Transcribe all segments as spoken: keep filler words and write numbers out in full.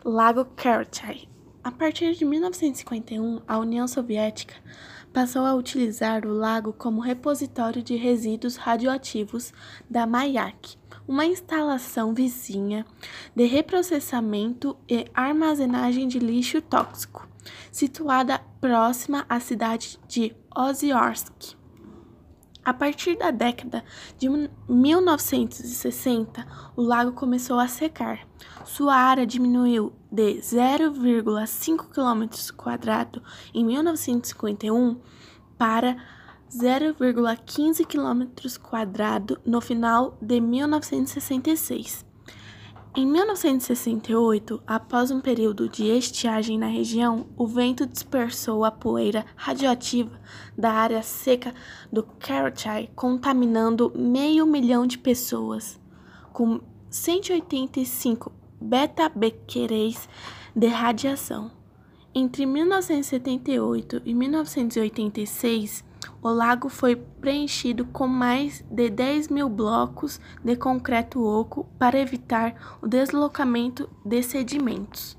Lago Karachay. A partir de mil novecentos e cinquenta e um, a União Soviética passou a utilizar o lago como repositório de resíduos radioativos da Mayak, uma instalação vizinha de reprocessamento e armazenagem de lixo tóxico, situada próxima à cidade de Oziorsk. A partir da década de mil novecentos e sessenta, o lago começou a secar. Sua área diminuiu de zero vírgula cinco quilômetros quadrados em mil novecentos e cinquenta e um para zero vírgula quinze quilômetros quadrados no final de mil novecentos e sessenta e seis. Em mil novecentos e sessenta e oito, após um período de estiagem na região, o vento dispersou a poeira radioativa da área seca do Karachay, contaminando meio milhão de pessoas, com cento e oitenta e cinco beta-bequeréis de radiação. Entre mil novecentos e setenta e oito e mil novecentos e oitenta e seis, o lago foi preenchido com mais de dez mil blocos de concreto oco para evitar o deslocamento de sedimentos.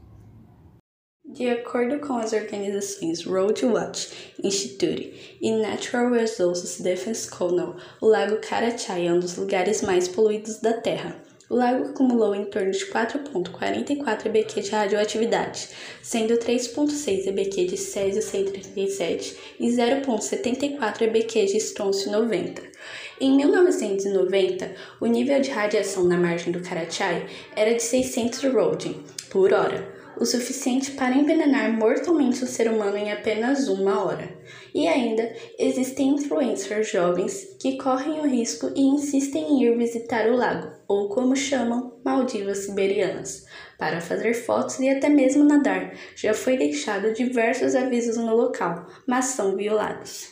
De acordo com as organizações Road Watch Institute e Natural Resources Defense Council, o Lago Karachay é um dos lugares mais poluídos da Terra. O lago acumulou em torno de quatro vírgula quarenta e quatro E B Q de radioatividade, sendo três vírgula seis E B Q de césio cento e trinta e sete e zero vírgula setenta e quatro E B Q de estrôncio noventa. Em mil novecentos e noventa, o nível de radiação na margem do Karachay era de seiscentos roentgen por hora, o suficiente para envenenar mortalmente o ser humano em apenas uma hora. E ainda existem influencers jovens que correm o risco e insistem em ir visitar o lago, ou como chamam, Maldivas Siberianas, para fazer fotos e até mesmo nadar. Já foi deixado diversos avisos no local, mas são violados.